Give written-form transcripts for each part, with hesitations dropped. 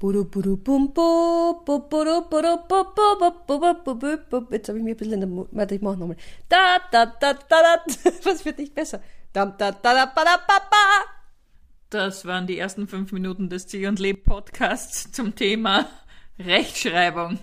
Jetzt habe ich mir ein bisschen in der Warte, ich mache nochmal. Da, da, da, da, da. Was wird nicht besser? Da, da, da, da, da, da, da. Das waren die ersten 5 Minuten des Zieh und Leb Podcasts zum Thema Rechtschreibung.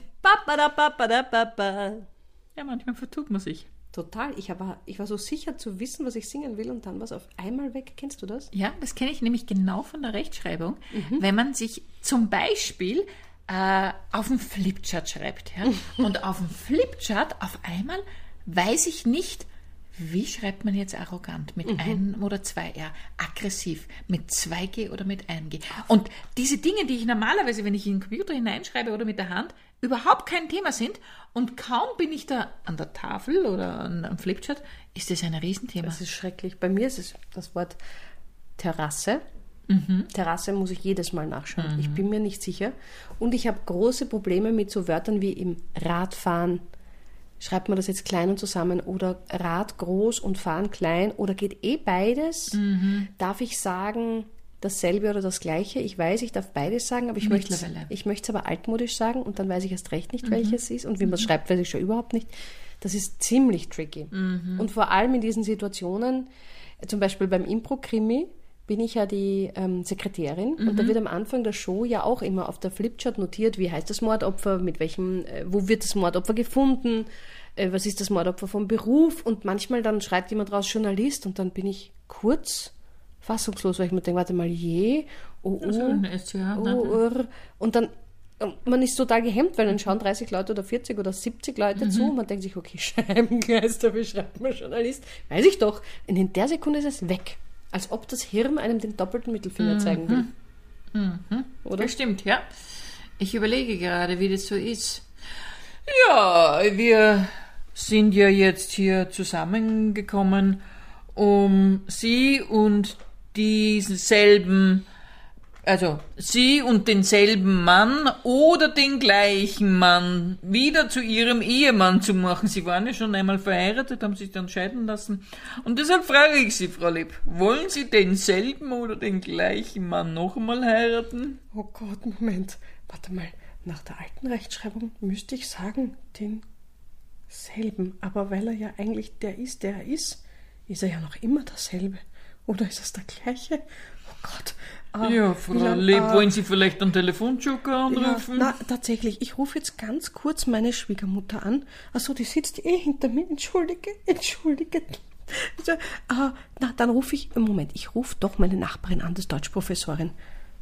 Ja, manchmal vertut man sich. Total. Ich war so sicher zu wissen, was ich singen will und dann war es auf einmal weg. Kennst du das? Ja, das kenne ich nämlich genau von der Rechtschreibung. Wenn man sich zum Beispiel auf dem Flipchart schreibt. Ja? Und auf dem Flipchart auf einmal weiß ich nicht, wie schreibt man jetzt arrogant? Mit einem oder zwei R? Aggressiv? Mit 2G oder mit einem G? Und diese Dinge, die ich normalerweise, wenn ich in den Computer hineinschreibe oder mit der Hand, überhaupt kein Thema sind und kaum bin ich da an der Tafel oder am Flipchart, ist das ein Riesenthema. Das ist schrecklich. Bei mir ist es das Wort Terrasse. Terrasse muss ich jedes Mal nachschauen. Ich bin mir nicht sicher. Und ich habe große Probleme mit so Wörtern wie im Radfahren. Schreibt man das jetzt klein und zusammen oder Rad groß und Fahren klein oder geht beides? Darf ich sagen dasselbe oder das Gleiche? Ich weiß, ich darf beides sagen, aber ich möchte es aber altmodisch sagen und dann weiß ich erst recht nicht, welches ist und wie man es schreibt, weiß ich schon überhaupt nicht. Das ist ziemlich tricky. Und vor allem in diesen Situationen, zum Beispiel beim Impro-Krimi, bin ich ja die Sekretärin und da wird am Anfang der Show ja auch immer auf der Flipchart notiert, wie heißt das Mordopfer, mit welchem, wo wird das Mordopfer gefunden, was ist das Mordopfer vom Beruf und manchmal dann schreibt jemand raus Journalist und dann bin ich kurz fassungslos, weil ich mir denke, warte mal, und dann man ist total gehemmt, weil dann schauen 30 Leute oder 40 oder 70 Leute zu und man denkt sich, okay, Scheibengeister, wie schreibt man Journalist? Weiß ich doch. Und in der Sekunde ist es weg. Als ob das Hirn einem den doppelten Mittelfinger zeigen will. Oder? Das stimmt, ja. Ich überlege gerade, wie das so ist. Ja, wir sind ja jetzt hier zusammengekommen, um Sie und denselben Mann oder den gleichen Mann wieder zu ihrem Ehemann zu machen. Sie waren ja schon einmal verheiratet, haben sich dann scheiden lassen. Und deshalb frage ich Sie, Frau Lieb, wollen Sie denselben oder den gleichen Mann noch einmal heiraten? Oh Gott, Moment. Warte mal, nach der alten Rechtschreibung müsste ich sagen, denselben. Aber weil er ja eigentlich der ist, er ist er ja noch immer dasselbe. Oder ist es der gleiche? Oh Gott. Ja, Frau Lieb, wollen Sie vielleicht einen Telefonjoker anrufen? Ja, tatsächlich. Ich rufe jetzt ganz kurz meine Schwiegermutter an. Achso, die sitzt hinter mir. Entschuldige. Also, dann rufe ich, ich rufe doch meine Nachbarin an, das Deutschprofessorin.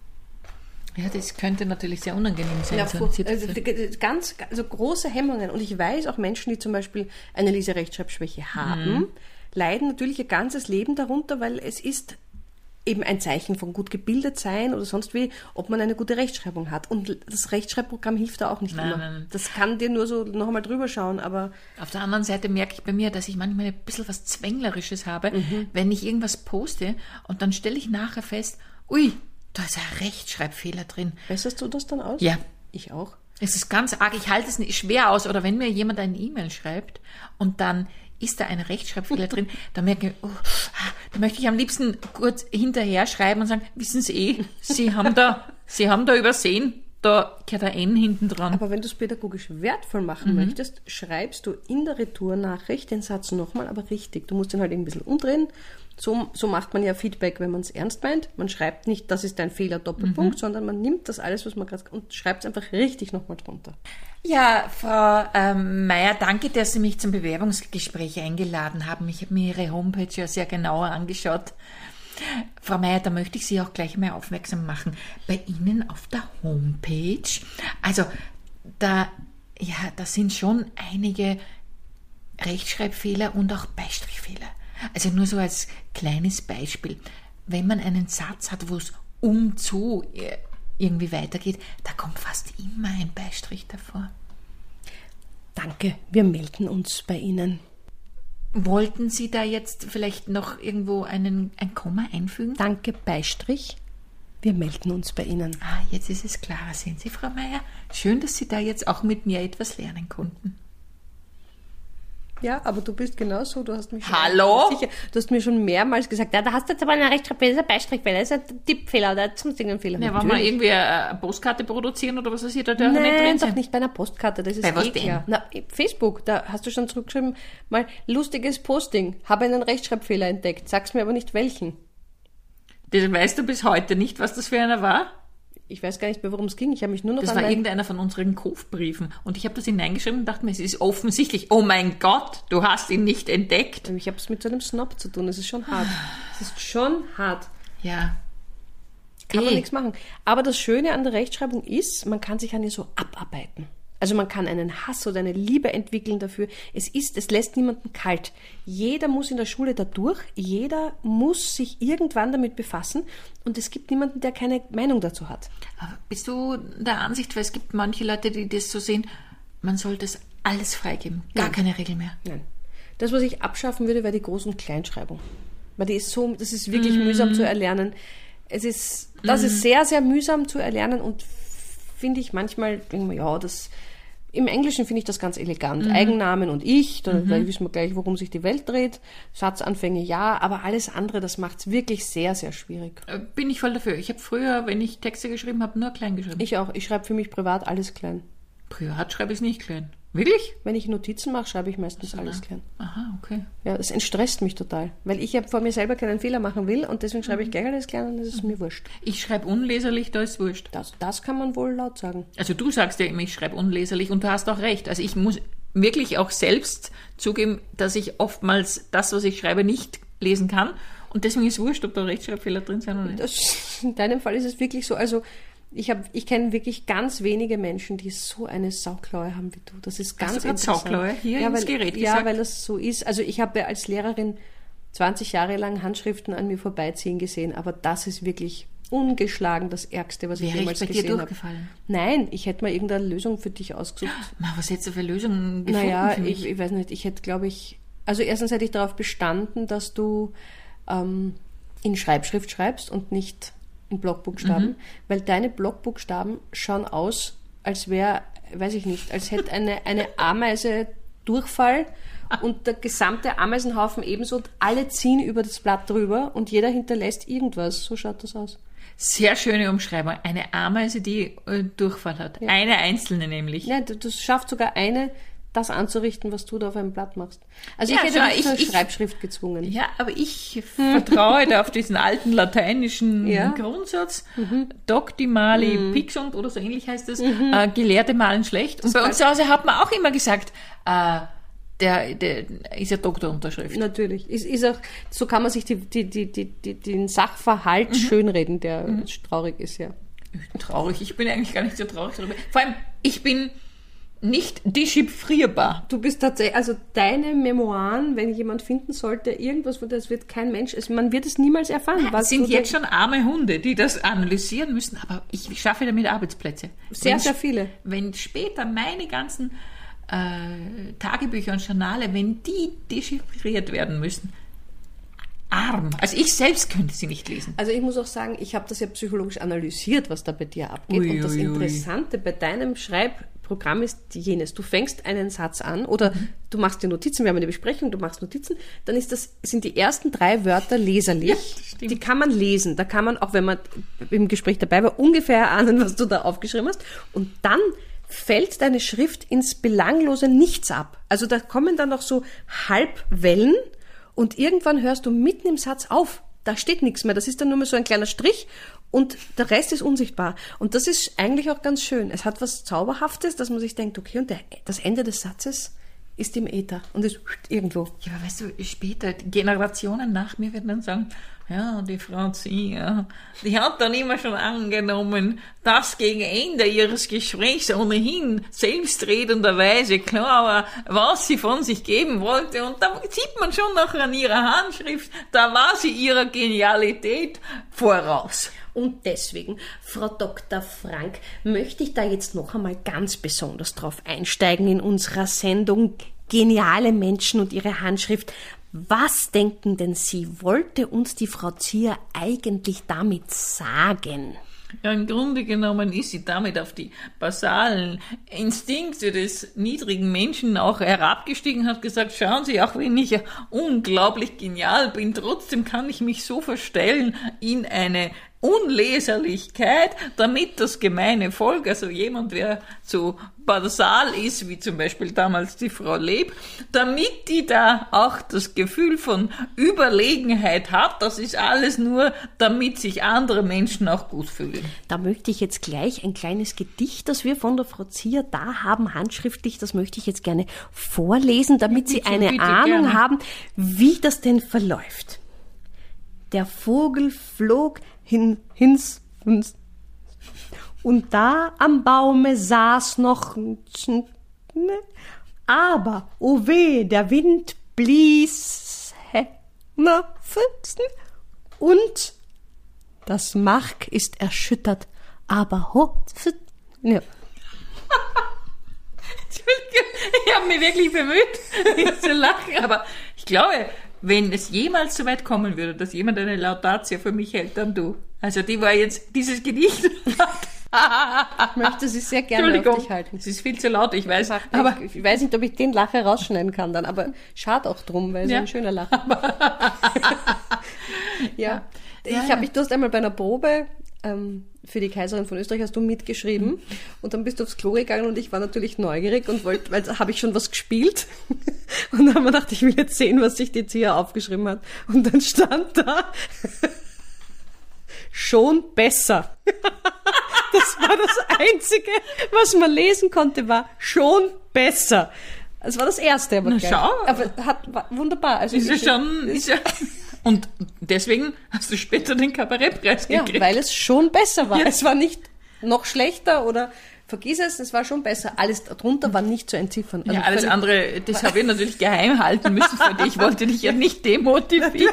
Ja, das könnte natürlich sehr unangenehm sein. Ja, also große Hemmungen. Und ich weiß auch Menschen, die zum Beispiel eine Leserechtschreibschwäche haben, leiden natürlich ihr ganzes Leben darunter, weil es ist eben ein Zeichen von gut gebildet sein oder sonst wie, ob man eine gute Rechtschreibung hat. Und das Rechtschreibprogramm hilft da auch nicht immer. Nein. Das kann dir nur so noch einmal drüber schauen, aber... Auf der anderen Seite merke ich bei mir, dass ich manchmal ein bisschen was Zwänglerisches habe, wenn ich irgendwas poste und dann stelle ich nachher fest, ui, da ist ein Rechtschreibfehler drin. Besserst du das dann aus? Ja. Ich auch. Es ist ganz arg, ich halte es nicht schwer aus, oder wenn mir jemand eine E-Mail schreibt und dann ist da ein Rechtschreibfehler drin, dann merke ich, da möchte ich am liebsten kurz hinterher schreiben und sagen, wissen Sie Sie haben da übersehen, da gehört ein N hinten dran. Aber wenn du es pädagogisch wertvoll machen möchtest, schreibst du in der Retournachricht den Satz nochmal, aber richtig. Du musst den halt ein bisschen umdrehen. So macht man ja Feedback, wenn man es ernst meint. Man schreibt nicht, das ist ein Fehler, Doppelpunkt, sondern man nimmt das alles, was man gerade... und schreibt es einfach richtig nochmal drunter. Ja, Frau Meier, danke, dass Sie mich zum Bewerbungsgespräch eingeladen haben. Ich habe mir Ihre Homepage ja sehr genauer angeschaut. Frau Meier, da möchte ich Sie auch gleich mal aufmerksam machen. Bei Ihnen auf der Homepage, also da sind schon einige Rechtschreibfehler und auch Beistrichfehler. Also nur so als kleines Beispiel. Wenn man einen Satz hat, wo es zu irgendwie weitergeht, da kommt fast immer ein Beistrich davor. Danke, wir melden uns bei Ihnen. Wollten Sie da jetzt vielleicht noch irgendwo ein Komma einfügen? Danke, Beistrich. Wir melden uns bei Ihnen. Jetzt ist es klar. Sehen Sie, Frau Meier, schön, dass Sie da jetzt auch mit mir etwas lernen konnten. Ja, aber du bist genauso, du hast mich schon... Hallo? Sicher, du hast mir schon mehrmals gesagt, ja, da hast du jetzt aber einen Rechtschreibfehler, das ist ein Beistrichfehler, das ist ein Tippfehler oder sonst irgendein Fehler. Ja, wenn wir irgendwie eine Postkarte produzieren oder was weiß ich, da darf Nein, nicht drin doch sein. nicht bei einer Postkarte, das ist Bei was denn? klar. Na, Facebook, da hast du schon zurückgeschrieben, mal lustiges Posting, habe einen Rechtschreibfehler entdeckt, sag's mir aber nicht welchen. Das weißt du bis heute nicht, was das für einer war? Ich weiß gar nicht mehr, worum es ging, ich habe mich nur noch Das an war irgendeiner von unseren Kaufbriefen. Und ich habe das hineingeschrieben und dachte mir, es ist offensichtlich, oh mein Gott, du hast ihn nicht entdeckt. Ich habe es mit so einem Snob zu tun, es ist schon hart. Es ist schon hart. Ja. Kann man nichts machen. Aber das Schöne an der Rechtschreibung ist, man kann sich an ihr so abarbeiten. Also man kann einen Hass oder eine Liebe entwickeln dafür. Es lässt niemanden kalt. Jeder muss in der Schule da durch. Jeder muss sich irgendwann damit befassen. Und es gibt niemanden, der keine Meinung dazu hat. Aber bist du der Ansicht, weil es gibt manche Leute, die das so sehen, man sollte das alles freigeben. Gar keine Regel mehr. Nein. Das, was ich abschaffen würde, wäre die Groß- und Kleinschreibung. Weil das ist wirklich mühsam zu erlernen. Das ist sehr, sehr mühsam zu erlernen und finde ich manchmal, im Englischen finde ich das ganz elegant. Eigennamen und ich, da wissen wir gleich, worum sich die Welt dreht. Satzanfänge ja, aber alles andere, das macht es wirklich sehr, sehr schwierig. Bin ich voll dafür. Ich habe früher, wenn ich Texte geschrieben habe, nur klein geschrieben. Ich auch. Ich schreibe für mich privat alles klein. Privat schreibe ich es nicht klein. Wirklich? Wenn ich Notizen mache, schreibe ich meistens alles klein. Aha, okay. Ja, das entstresst mich total, weil ich ja vor mir selber keinen Fehler machen will und deswegen schreibe ich gleich alles klein und das ist mir wurscht. Ich schreibe unleserlich, da ist wurscht. Das kann man wohl laut sagen. Also du sagst ja immer, ich schreibe unleserlich und du hast auch recht. Also ich muss wirklich auch selbst zugeben, dass ich oftmals das, was ich schreibe, nicht lesen kann und deswegen ist wurscht, ob da Rechtschreibfehler drin sind oder nicht. In deinem Fall ist es wirklich so, also ich kenne wirklich ganz wenige Menschen, die so eine Sauklaue haben wie du. Das ist ganz interessant. Sauklaue hier ins Gerät gesagt? Ja, weil das so ist. Also ich habe als Lehrerin 20 Jahre lang Handschriften an mir vorbeiziehen gesehen, aber das ist wirklich ungeschlagen das Ärgste, was ich jemals gesehen habe. Wäre ich bei dir durchgefallen? Nein, ich hätte mal irgendeine Lösung für dich ausgesucht. Was hättest du für Lösungen gefunden Naja, für mich? ich weiß nicht, ich hätte, glaube ich, also erstens hätte ich darauf bestanden, dass du in Schreibschrift schreibst und nicht in Blockbuchstaben, weil deine Blockbuchstaben schauen aus, als wäre, weiß ich nicht, als hätte eine Ameise Durchfall und der gesamte Ameisenhaufen ebenso und alle ziehen über das Blatt drüber und jeder hinterlässt irgendwas. So schaut das aus. Sehr schöne Umschreibung. Eine Ameise, die Durchfall hat. Ja. Eine einzelne nämlich. Ja, das schafft sogar eine, das anzurichten, was du da auf einem Blatt machst. Also ich hätte dich zur Schreibschrift gezwungen. Ja, aber ich vertraue da auf diesen alten lateinischen Grundsatz. Docti mali pixunt oder so ähnlich heißt es. Gelehrte malen schlecht. Und bei uns zu Hause hat man auch immer gesagt, der ist ja Doktorunterschrift. Natürlich. Ist auch, so kann man sich den Sachverhalt schönreden, der traurig ist, ja. Traurig. Ich bin eigentlich gar nicht so traurig darüber. Vor allem, ich bin nicht dechiffrierbar. Du bist tatsächlich, also deine Memoiren, wenn jemand finden sollte, irgendwas, von das wird kein Mensch, man wird es niemals erfahren. Es sind jetzt schon arme Hunde, die das analysieren müssen, aber ich schaffe damit Arbeitsplätze. Sehr viele. Wenn später meine ganzen Tagebücher und Journale, wenn die dechiffriert werden müssen, arm. Also ich selbst könnte sie nicht lesen. Also ich muss auch sagen, ich habe das ja psychologisch analysiert, was da bei dir abgeht. Und das Interessante bei deinem Schreibprogramm ist jenes. Du fängst einen Satz an oder du machst dir Notizen, wir haben eine Besprechung, du machst Notizen, dann sind die ersten 3 Wörter leserlich. Ja, die kann man lesen. Da kann man, auch wenn man im Gespräch dabei war, ungefähr erahnen, was du da aufgeschrieben hast. Und dann fällt deine Schrift ins belanglose Nichts ab. Also da kommen dann noch so Halbwellen und irgendwann hörst du mitten im Satz auf. Da steht nichts mehr. Das ist dann nur mehr so ein kleiner Strich und der Rest ist unsichtbar. Und das ist eigentlich auch ganz schön. Es hat was Zauberhaftes, dass man sich denkt, okay, und das Ende des Satzes ist im Äther und ist irgendwo. Ja, aber weißt du, später, Generationen nach mir werden dann sagen, ja, die Frau Zier, die hat dann immer schon angenommen, dass gegen Ende ihres Gesprächs ohnehin selbstredenderweise klar war, was sie von sich geben wollte. Und da sieht man schon nachher an ihrer Handschrift, da war sie ihrer Genialität voraus. Und deswegen, Frau Dr. Frank, möchte ich da jetzt noch einmal ganz besonders drauf einsteigen in unserer Sendung Geniale Menschen und ihre Handschrift. Was denken denn Sie, wollte uns die Frau Zier eigentlich damit sagen? Ja, im Grunde genommen ist sie damit auf die basalen Instinkte des niedrigen Menschen auch herabgestiegen, hat gesagt, schauen Sie, auch wenn ich ja unglaublich genial bin, trotzdem kann ich mich so verstellen in eine Unleserlichkeit, damit das gemeine Volk, also jemand, wer so basal ist, wie zum Beispiel damals die Frau Leb, damit die da auch das Gefühl von Überlegenheit hat, das ist alles nur, damit sich andere Menschen auch gut fühlen. Da möchte ich jetzt gleich ein kleines Gedicht, das wir von der Frau Zier da haben, handschriftlich, das möchte ich jetzt gerne vorlesen, damit Sie eine Ahnung gerne haben, wie das denn verläuft. Der Vogel flog hins, und da am Baume saß noch, aber, oh weh, der Wind blies, und das Mark ist erschüttert, aber ja. Ich habe mich wirklich bemüht, nicht zu lachen, aber ich glaube, wenn es jemals so weit kommen würde, dass jemand eine Laudatio für mich hält, dann du. Also die war jetzt, dieses Gedicht. Ich möchte sie sehr gerne auf dich halten. Es ist viel zu laut, ich weiß. Aber ich weiß nicht, ob ich den Lacher rausschneiden kann dann, aber schade auch drum, weil es ein schöner Lacher ja. Du hast einmal bei einer Probe für die Kaiserin von Österreich hast du mitgeschrieben und dann bist du aufs Klo gegangen und ich war natürlich neugierig und wollte, weil habe ich schon was gespielt und dann habe ich gedacht, ich will jetzt sehen, was sich die Zia aufgeschrieben hat und dann stand da schon besser. Das war das Einzige, was man lesen konnte, war schon besser. Das war das Erste, aber gleich. Schau. Aber war wunderbar. Also ist ja. Und deswegen hast du später den Kabarettpreis gekriegt. Ja, weil es schon besser war. Ja. Es war nicht noch schlechter oder vergiss es war schon besser. Alles darunter war nicht zu entziffern. Also ja, alles andere, das habe ich natürlich geheim halten müssen von dir. Ich wollte dich ja nicht demotivieren.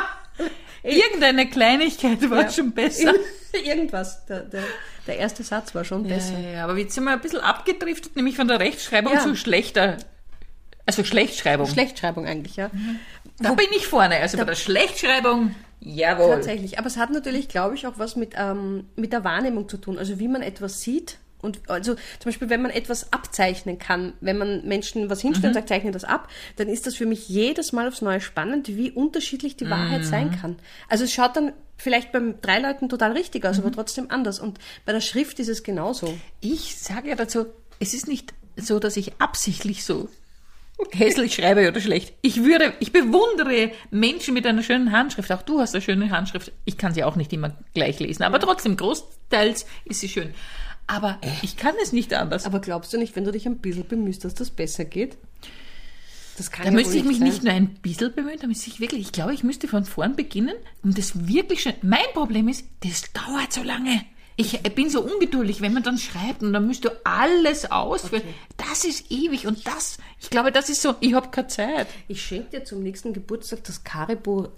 Irgendeine Kleinigkeit war schon besser. Irgendwas. Der erste Satz war schon besser. Ja, aber jetzt sind wir ein bisschen abgedriftet, nämlich von der Rechtschreibung zu schlechter. Also Schlechtschreibung. Schlechtschreibung eigentlich, ja. Da bin ich vorne. Also bei der Schlechtschreibung, jawohl. Tatsächlich. Aber es hat natürlich, glaube ich, auch was mit der Wahrnehmung zu tun. Also wie man etwas sieht. Und also zum Beispiel, wenn man etwas abzeichnen kann, wenn man Menschen was hinstellt und sagt, zeichne das ab, dann ist das für mich jedes Mal aufs Neue spannend, wie unterschiedlich die Wahrheit sein kann. Also es schaut dann vielleicht bei 3 Leuten total richtig aus, aber trotzdem anders. Und bei der Schrift ist es genauso. Ich sage ja dazu, es ist nicht so, dass ich absichtlich so hässlich schreibe oder schlecht. Ich bewundere Menschen mit einer schönen Handschrift. Auch du hast eine schöne Handschrift. Ich kann sie auch nicht immer gleich lesen, aber trotzdem großteils ist sie schön. Aber ich kann es nicht anders. Aber glaubst du nicht, wenn du dich ein bisschen bemühst, dass das besser geht? Das kann da ja müsste ich mich sein. nicht nur ein bisschen bemühen, da müsste ich glaube, ich müsste von vorn beginnen, um das wirklich schön. Mein Problem ist, das dauert so lange. Ich bin so ungeduldig, wenn man dann schreibt und dann müsst du alles ausführen. Okay. Das ist ewig und ich glaube, das ist so, ich habe keine Zeit. Ich schenke dir zum nächsten Geburtstag das Caribou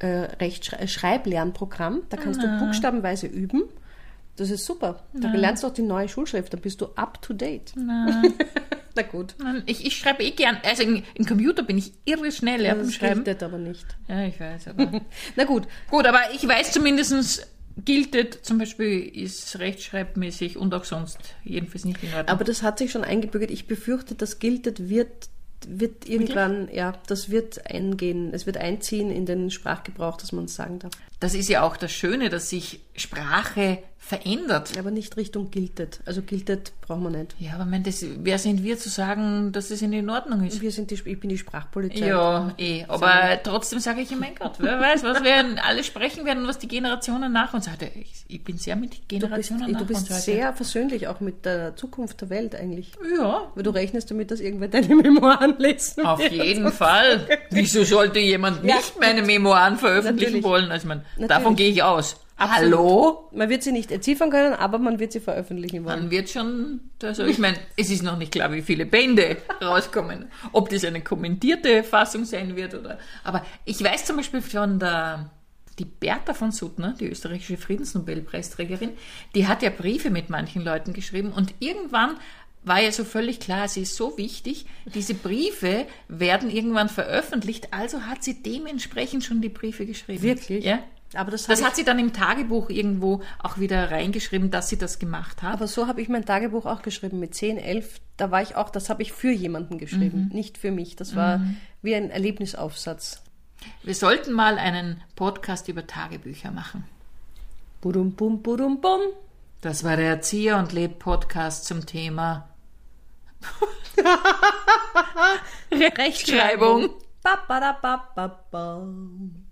Schreiblernprogramm. Da kannst du buchstabenweise üben. Das ist super. Da lernst du auch die neue Schulschrift, da bist du up to date. Na gut. Ich schreibe gern. Also im Computer bin ich irre schnell beim Schreiben. Das gilt aber nicht. Ja, ich weiß, aber. Na gut. Gut, aber ich weiß zumindest, giltet zum Beispiel ist rechtschreibmäßig und auch sonst jedenfalls nicht in Ordnung. Aber das hat sich schon eingebürgert. Ich befürchte, das giltet wird irgendwann, wirklich? Ja, das wird eingehen. Es wird einziehen in den Sprachgebrauch, dass man es sagen darf. Das ist ja auch das Schöne, dass sich Sprache verändert. Aber nicht Richtung giltet. Also giltet brauchen wir nicht. Ja, aber wer sind wir zu sagen, dass es in Ordnung ist? Ich bin die Sprachpolizei. Ja, aber trotzdem sage ich, mein Gott, wer weiß, was wir alle sprechen werden und was die Generationen nach uns sagen. Ich bin sehr mit Generationen nach uns. Du bist sehr versöhnlich auch mit der Zukunft der Welt eigentlich. Ja. Weil du rechnest damit, dass irgendwer deine Memoiren lesen Auf jeden Fall. Wieso sollte jemand nicht meine Memoiren veröffentlichen wollen? Also davon gehe ich aus. Absolut. Hallo? Man wird sie nicht entziffern können, aber man wird sie veröffentlichen wollen. Man wird schon, also ich meine, es ist noch nicht klar, wie viele Bände rauskommen. Ob das eine kommentierte Fassung sein wird oder, aber ich weiß zum Beispiel von die Bertha von Suttner, die österreichische Friedensnobelpreisträgerin, die hat ja Briefe mit manchen Leuten geschrieben und irgendwann war ja so völlig klar, sie ist so wichtig, diese Briefe werden irgendwann veröffentlicht, also hat sie dementsprechend schon die Briefe geschrieben. Wirklich? Ja. Aber das hat sie dann im Tagebuch irgendwo auch wieder reingeschrieben, dass sie das gemacht hat. Aber so habe ich mein Tagebuch auch geschrieben mit 10, 11. Da war ich auch, das habe ich für jemanden geschrieben, nicht für mich. Das war wie ein Erlebnisaufsatz. Wir sollten mal einen Podcast über Tagebücher machen. Budum, bum, budum, bum. Das war der Erzieher und Leb-Podcast zum Thema Rechtschreibung. Ba, ba, da, ba, ba, ba.